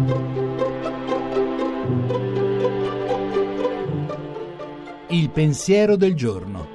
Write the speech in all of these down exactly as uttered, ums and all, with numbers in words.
Il pensiero del giorno.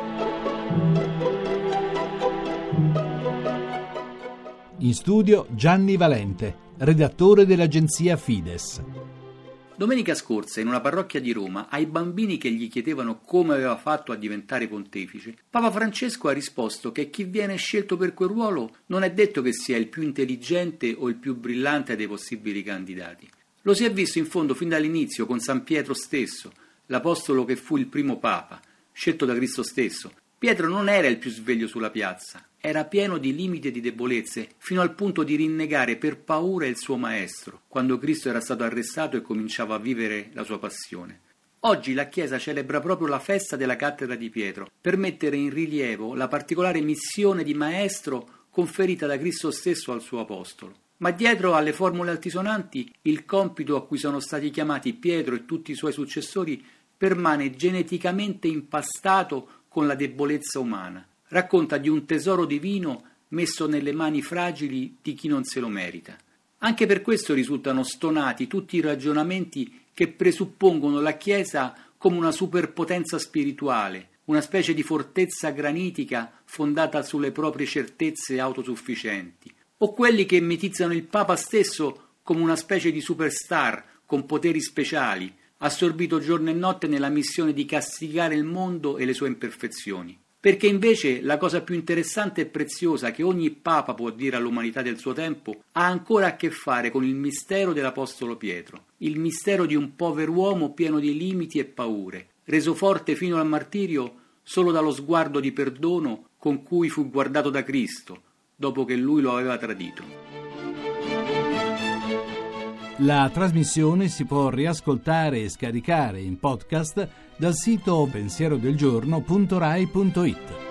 In studio Gianni Valente, redattore dell'agenzia Fides. Domenica scorsa, in una parrocchia di Roma, ai bambini che gli chiedevano come aveva fatto a diventare pontefice, Papa Francesco ha risposto che chi viene scelto per quel ruolo non è detto che sia il più intelligente o il più brillante dei possibili candidati. Lo si è visto in fondo fin dall'inizio con San Pietro stesso, l'apostolo che fu il primo Papa, scelto da Cristo stesso. Pietro non era il più sveglio sulla piazza, era pieno di limiti e di debolezze, fino al punto di rinnegare per paura il suo maestro, quando Cristo era stato arrestato e cominciava a vivere la sua passione. Oggi la Chiesa celebra proprio la festa della cattedra di Pietro, per mettere in rilievo la particolare missione di maestro conferita da Cristo stesso al suo apostolo. Ma dietro alle formule altisonanti, il compito a cui sono stati chiamati Pietro e tutti i suoi successori permane geneticamente impastato con la debolezza umana. Racconta di un tesoro divino messo nelle mani fragili di chi non se lo merita. Anche per questo risultano stonati tutti i ragionamenti che presuppongono la Chiesa come una superpotenza spirituale, una specie di fortezza granitica fondata sulle proprie certezze autosufficienti, o quelli che mitizzano il Papa stesso come una specie di superstar con poteri speciali, assorbito giorno e notte nella missione di castigare il mondo e le sue imperfezioni. Perché invece la cosa più interessante e preziosa che ogni Papa può dire all'umanità del suo tempo ha ancora a che fare con il mistero dell'Apostolo Pietro, il mistero di un povero uomo pieno di limiti e paure, reso forte fino al martirio solo dallo sguardo di perdono con cui fu guardato da Cristo, dopo che lui lo aveva tradito. La trasmissione si può riascoltare e scaricare in podcast dal sito pensierodelgiorno punto rai punto it.